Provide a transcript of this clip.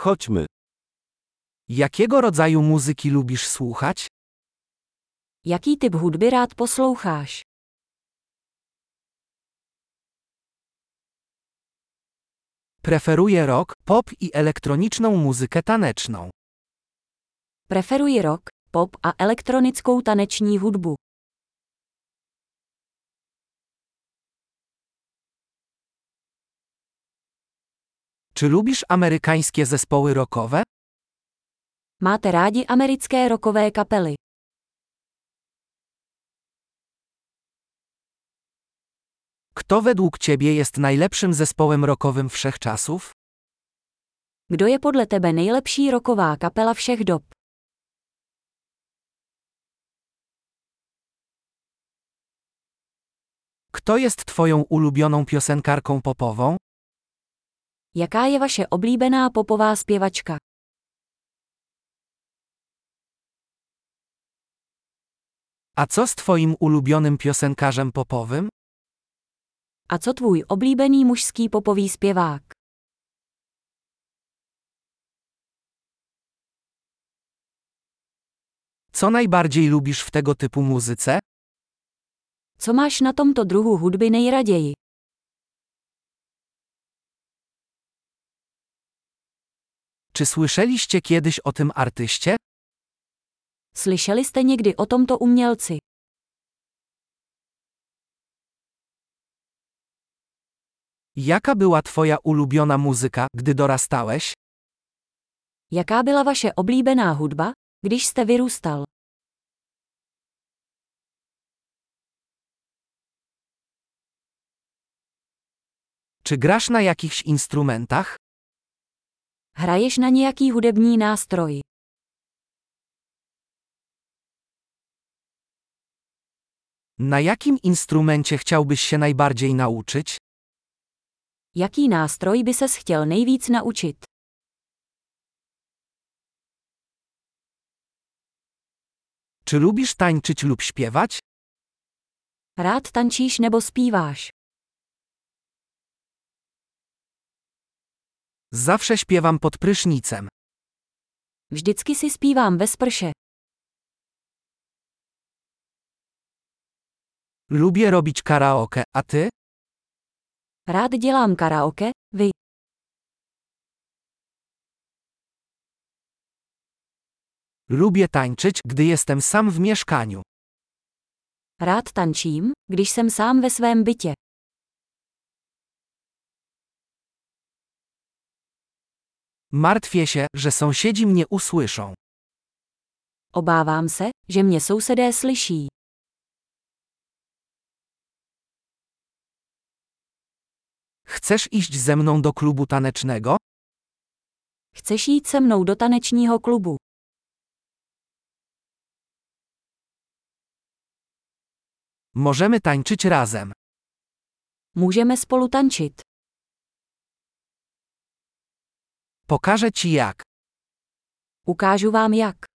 Chodźmy. Jakiego rodzaju muzyki lubisz słuchać? Jaký typ hudby rád posloucháš? Preferuję rock, pop i elektroniczną muzykę taneczną. Preferuji rock, pop a elektronickou taneční hudbu. Czy lubisz amerykańskie zespoły rockowe? Máte rádi americké rockové kapely? Kto według ciebie jest najlepszym zespołem rockowym wszechczasów? Kdo je podle tebe nejlepší rocková kapela všech dob? Kto jest twoją ulubioną piosenkarką popową? Jaká je vaše oblíbená popová zpěvačka? A co z twoim ulubionym piosenkarzem popowym? A co tvůj oblíbený mužský popový zpěvák? Co najbardziej lubisz w tego typu muzyce? Co máš na tomto druhu hudby nejraději? Czy słyszeliście kiedyś o tym artyście? Slyšeli jste někdy o tomto umělci? Jaka była twoja ulubiona muzyka, gdy dorastałeś? Jaká byla vaše oblíbená hudba, když jste vyrůstal? Czy grasz na jakichś instrumentach? Hraješ na nějaký hudební nástroj? Na jakim instrumencie chciałbyś się najbardziej nauczyć? Jaký nástroj by ses chtěl nejvíc naučit? Czy lubisz tańczyć lub śpiewać? Rád tančíš nebo zpíváš? Zawsze śpiewam pod prysznicem. Vždycky si zpívám ve sprše. Lubię robić karaoke, a ty? Rád dělám karaoke, vy? Lubię tańczyć, gdy jestem sam w mieszkaniu. Rád tančím, když jsem sám ve svém bytě. Martwię się, że sąsiedzi mnie usłyszą. Obávám se, že mě sousedé slyší. Chcesz iść ze mną do klubu tanecznego? Chceš jít se mnou do tanečního klubu? Możemy tańczyć razem. Můžeme spolu tančit. Pokażę ci jak. Ukážu vám jak.